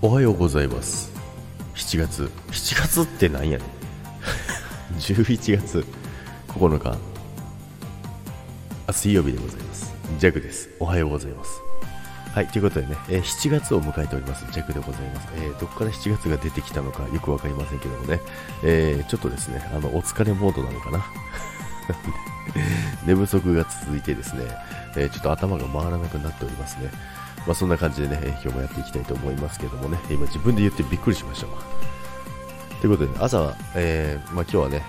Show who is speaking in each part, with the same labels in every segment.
Speaker 1: おはようございます。7月ってなんやねん11月9日水曜日でございます。ジャクです。おはようございます。はい、ということでね、7月を迎えておりますジャクでございます。どこから7月が出てきたのかよくわかりませんけどもね、ちょっとですね、お疲れモードなのかな寝不足が続いてですね、ちょっと頭が回らなくなっておりますね。そんな感じでね、今日もやっていきたいと思いますけどもね、今自分で言ってびっくりしましたわ。ということで、朝は、今日はね、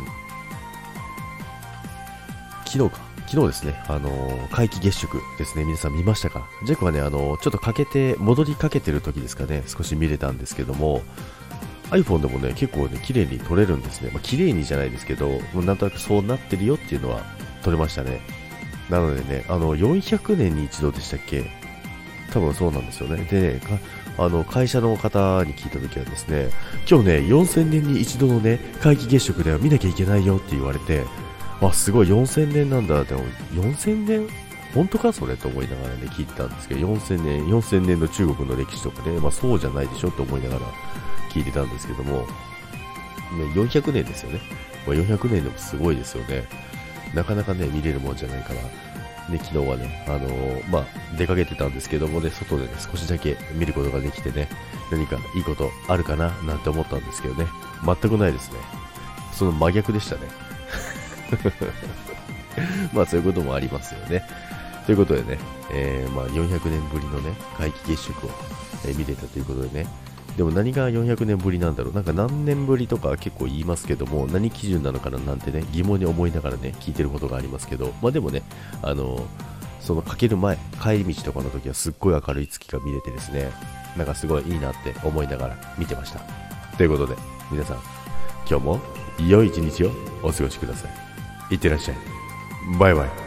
Speaker 1: 昨日ですね、皆既月食ですね、皆さん見ましたか？ジャックはね、ちょっと戻りかけてる時ですかね、少し見れたんですけども、iPhone でもね、結構ね、綺麗に撮れるんですね。綺麗にじゃないですけど、もうなんとなくそうなってるよっていうのは撮れましたね。なのでね、400年に一度でしたっけ？多分そうなんですよね。で、会社の方に聞いた時はですね、今日ね、4000年に一度のね、皆既月食では見なきゃいけないよって言われて、すごい4000年なんだ。でも4000年本当かそれと思いながらね、聞いてたんですけど、4000年の中国の歴史とかね、そうじゃないでしょと思いながら聞いてたんですけども、ね、400年ですよね。400年でもすごいですよね。なかなかね、見れるもんじゃないから、ね、昨日はね、出かけてたんですけどもね、外でね、少しだけ見ることができてね、何かいいことあるかななんて思ったんですけどね、全くないですね。その真逆でしたね。そういうこともありますよね。ということでね、400年ぶりのね、皆既月食を、見れたということでね、でも何が400年ぶりなんだろう、なんか何年ぶりとか結構言いますけども、何基準なのかななんてね、疑問に思いながらね、聞いてることがありますけど、でもね、そのかける前、帰り道とかの時はすっごい明るい月が見れてですね、なんかすごいいいなって思いながら見てました。ということで、皆さん、今日も良い一日をお過ごしください。いってらっしゃい。バイバイ。